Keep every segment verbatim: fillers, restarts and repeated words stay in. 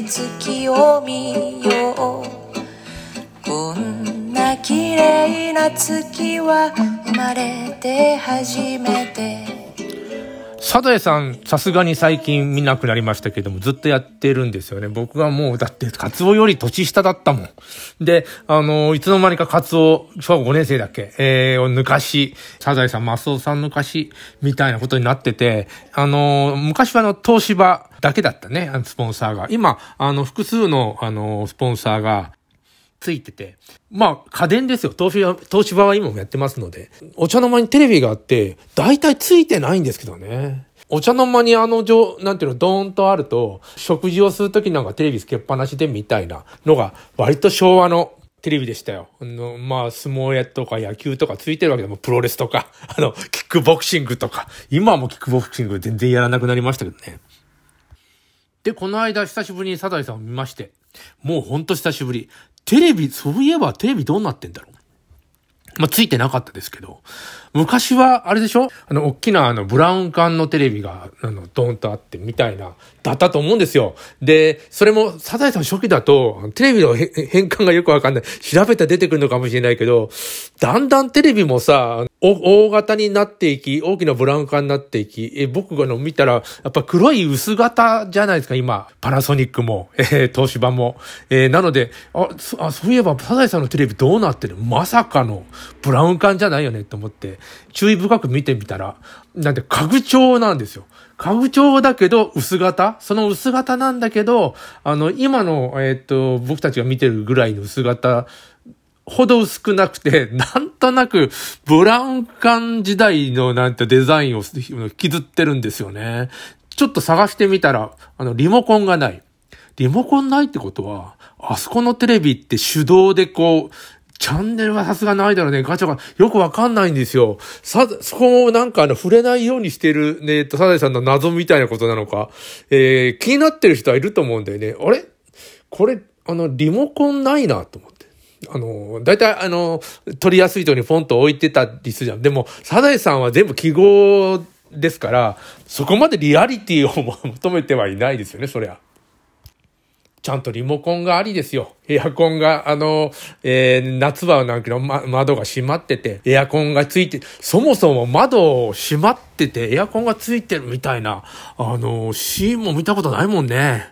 月を見よう。こんな綺麗な月は生まれて初めて。 サザエさん、さすがに最近見なくなりましたけども、ずっとやってるんですよね。僕はもう、だって、カツオより年下だったもん。で、あの、いつの間にかカツオ、小学ごねん生だっけえー、抜かし、サザエさん、マスオさん抜かし、みたいなことになってて、あの、昔はあの、東芝だけだったね、あの、スポンサーが。今、あの、複数の、あの、スポンサーが、ついてて。まあ、家電ですよ。東芝、東芝は今もやってますので。お茶の間にテレビがあって、大体ついてないんですけどね。お茶の間にあの、なんていうの、ドーンとあると、食事をするときなんかテレビつけっぱなしでみたいなのが、割と昭和のテレビでしたよ。あの、まあ、相撲やとか野球とかついてるわけでも、プロレスとか、あの、キックボクシングとか。今はもうキックボクシング全然やらなくなりましたけどね。で、この間久しぶりにサザエさんを見まして、もうほんと久しぶり。テレビ、そういえばテレビどうなってんだろう。まあ、ついてなかったですけど。昔は、あれでしょあの、大きなあの、ブラウン管のテレビが、あの、ドーンとあって、みたいな、だったと思うんですよ。で、それも、サザエさん初期だと、テレビの変換がよくわかんない。調べたら出てくるのかもしれないけど、だんだんテレビもさ、大型になっていき、大きなブラウン管になっていき、え僕がの見たら、やっぱ黒い薄型じゃないですか、今。パナソニックも、えー、東芝も。えー、なので、あそ、あ、そういえば、サザエさんのテレビどうなってる？まさかの、ブラウン管じゃないよね、と思って、注意深く見てみたら、なんで、家具調なんですよ。家具調だけど、薄型その薄型なんだけど、あの、今の、えっと、僕たちが見てるぐらいの薄型、ほど薄くなくて、なんとなく、ブラウン管時代のなんてデザインを引きずってるんですよね。ちょっと探してみたら、あの、リモコンがない。リモコンないってことは、あそこのテレビって手動でこう、チャンネルはさすがないだろうね。ガチャがよくわかんないんですよ。さ、そこをなんかあの、触れないようにしてるね、サザエさんの謎みたいなことなのか。えー、気になってる人はいると思うんだよね。あれこれ、あの、リモコンないなと思って。あの、だいたいあの、取りやすいところにポンと置いてたりするじゃん。でも、サザエさんは全部記号ですから、そこまでリアリティを求めてはいないですよね、そりゃ。ちゃんとリモコンがありですよ。エアコンが、あの、えー、夏場なんかの、ま、窓が閉まってて、エアコンがついて、そもそも窓を閉まってて、エアコンがついてるみたいな、あの、シーンも見たことないもんね。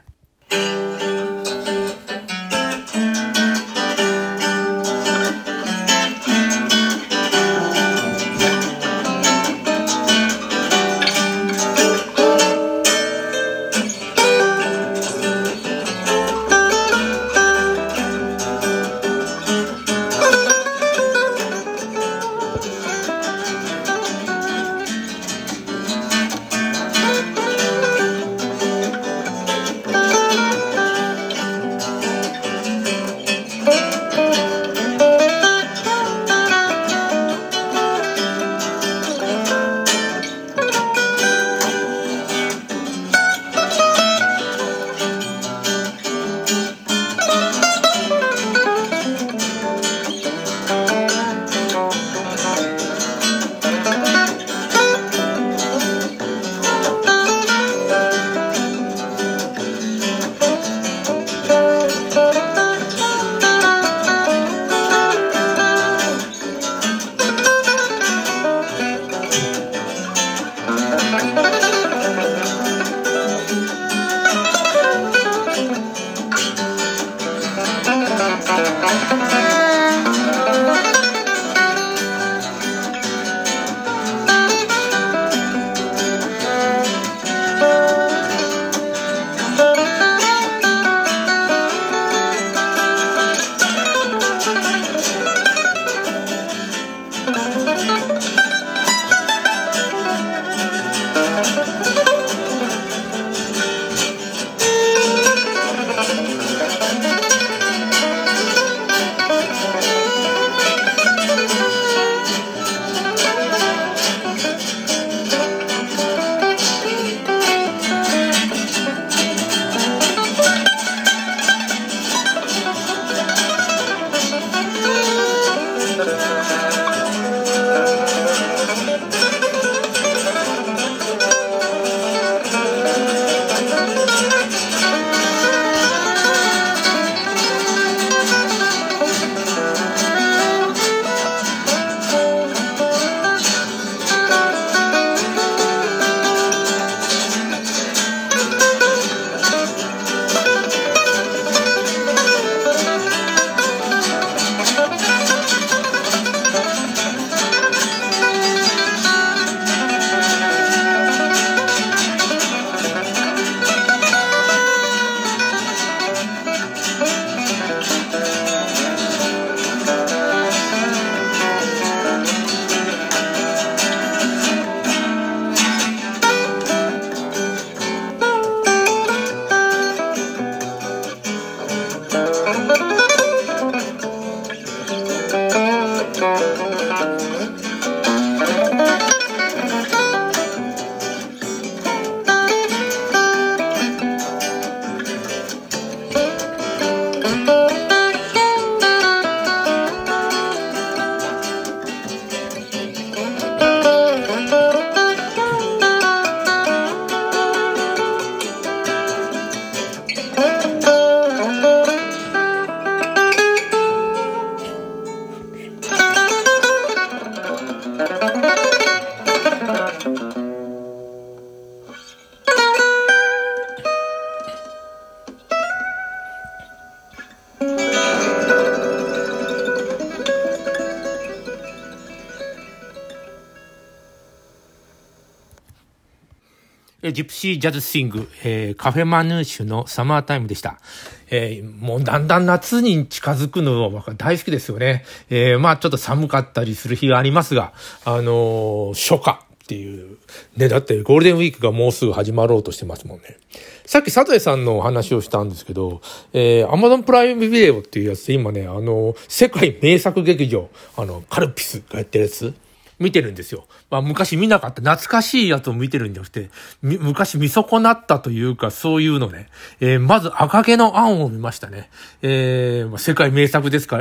ジプシージャズシング、えー、カフェマヌーシュのサマータイムでした。えー、もうだんだん夏に近づくのは大好きですよね。えー、まあちょっと寒かったりする日がありますが、あのー、初夏っていう。ね、だってゴールデンウィークがもうすぐ始まろうとしてますもんね。さっき佐藤さんの話をしたんですけど、えー、Amazon プライムビデオっていうやつで今ね、あの、世界名作劇場、あの、カルピスがやってるやつ見てるんですよ。まあ昔見なかった懐かしいやつを見てるんじゃなくて、昔見損なったというかそういうのね。えー、まず赤毛のアンを見ましたね。えー、世界名作ですから、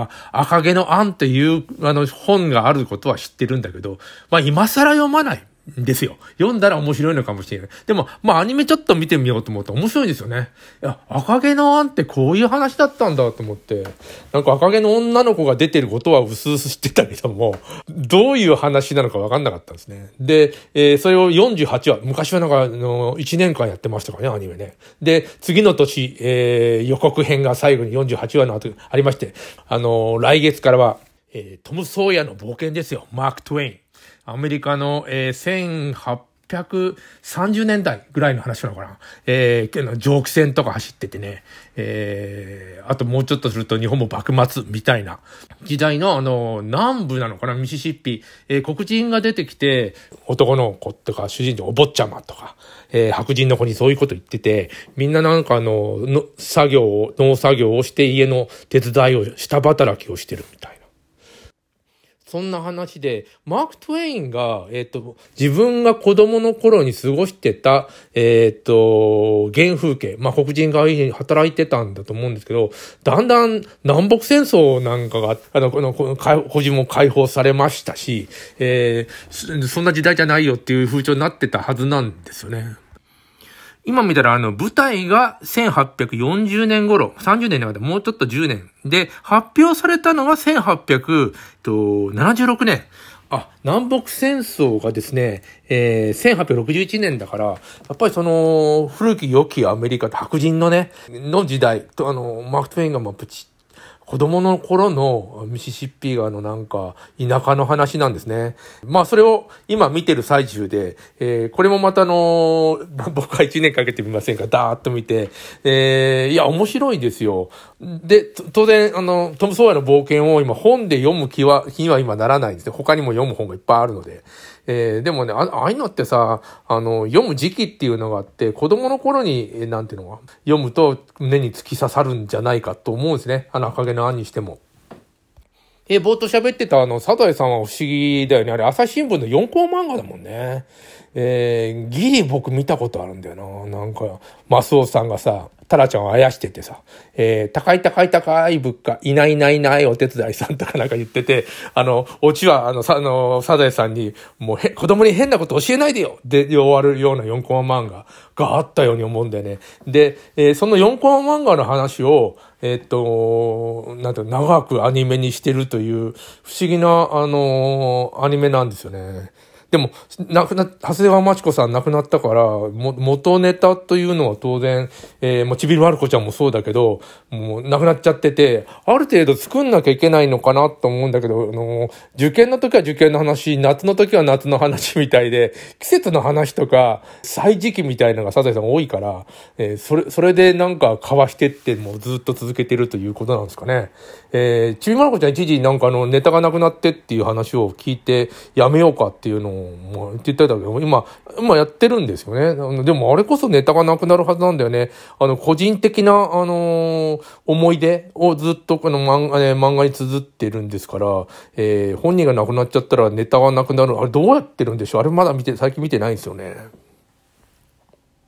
赤毛のアンっていうあの本があることは知ってるんだけど、まあ今更読まない。ですよ。読んだら面白いのかもしれない。でも、まあアニメちょっと見てみようと思うと面白いですよね。いや、赤毛のアンってこういう話だったんだと思って、なんか赤毛の女の子が出てることは薄々知ってたけども、どういう話なのか分かんなかったんですね。で、えー、それをよんじゅうはちわ、昔はなんかあのいちねんかんやってましたからね、アニメね。で、次の年、えー、予告編が最後によんじゅうはちわの後ありまして、あのー、来月からは、えー、トム・ソーヤの冒険ですよ。マーク・トウェイン。アメリカの、えー、せんはっぴゃくさんじゅうねんだいぐらいの話なのかな。えー、蒸気船とか走っててね。えー、あともうちょっとすると日本も幕末みたいな時代のあの、南部なのかな、ミシシッピ。えー、黒人が出てきて、男の子とか主人公お坊ちゃまとか、えー、白人の子にそういうこと言ってて、みんななんかあの、の作業を、農作業をして家の手伝いを、下働きをしてるみたいな。そんな話で、マーク・トウェインが、えっと、自分が子供の頃に過ごしてた、えっと、原風景、まあ、黒人が働いてたんだと思うんですけど、だんだん南北戦争なんかが、あの、この、この、個人も解放されましたし、えー、そんな時代じゃないよっていう風潮になってたはずなんですよね。今見たらあの舞台がせんはっぴゃくよんじゅうねん頃、さんじゅうねんの中でもうちょっとじゅうねんで、発表されたのがせんはっぴゃくななじゅうろくねん。あ、南北戦争がですね、えー、せんはっぴゃくろくじゅういちねんだから、やっぱりその古き良きアメリカと白人のね、の時代とあの、マーク・トウェインがまあプチ子供の頃のミシシッピ川のなんか田舎の話なんですね。まあそれを今見てる最中で、えー、これもまたあのー、僕はいちねんかけてみませんか、ダーッと見て、えー、いや面白いですよ。で、当然あの、トム・ソーヤの冒険を今本で読む気は、気には今ならないんですね。他にも読む本がいっぱいあるので。えー、でもね、あ、ああいうのってさ、あの、読む時期っていうのがあって、子供の頃に、えー、なんていうのが、読むと胸に突き刺さるんじゃないかと思うんですね。あの赤毛のアンにしても。えー、ぼーっと喋ってたあの、サザエさんは不思議だよね。あれ、朝日新聞のよんコマ漫画だもんね。えー、ギリ僕見たことあるんだよな。なんか、マスオさんがさ、タラちゃんをあやしててさ、えー、高い高い高い物価、いないいないいないお手伝いさんとかなんか言ってて、あの、オチは、あの、さ、あの、サザエさんに、もうへ、子供に変なこと教えないでよで終わるようなよんコマ漫画があったように思うんだよね。で、えー、そのよんコマ漫画の話を、えー、っと、なんていうの、長くアニメにしてるという不思議な、あのー、アニメなんですよね。でも、亡くな、長谷川町子さん亡くなったから、も、元ネタというのは当然、えー、もうちびるまる子ちゃんもそうだけど、もう亡くなっちゃってて、ある程度作んなきゃいけないのかなと思うんだけど、あの、受験の時は受験の話、夏の時は夏の話みたいで、季節の話とか、歳時期みたいなのがサザエさん多いから、えー、それ、それでなんかかわしてってもうずっと続けてるということなんですかね。えー、ちびまる子ちゃん一時なんかあの、ネタがなくなってっていう話を聞いて、やめようかっていうのを、もう言ってたけど、今、今やってるんですよね。でもあれこそネタがなくなるはずなんだよね。あの、個人的な、あのー、思い出をずっとこの漫画、ね、漫画に綴ってるんですから、えー、本人が亡くなっちゃったらネタがなくなる。あれどうやってるんでしょう？あれまだ見て、最近見てないんですよね。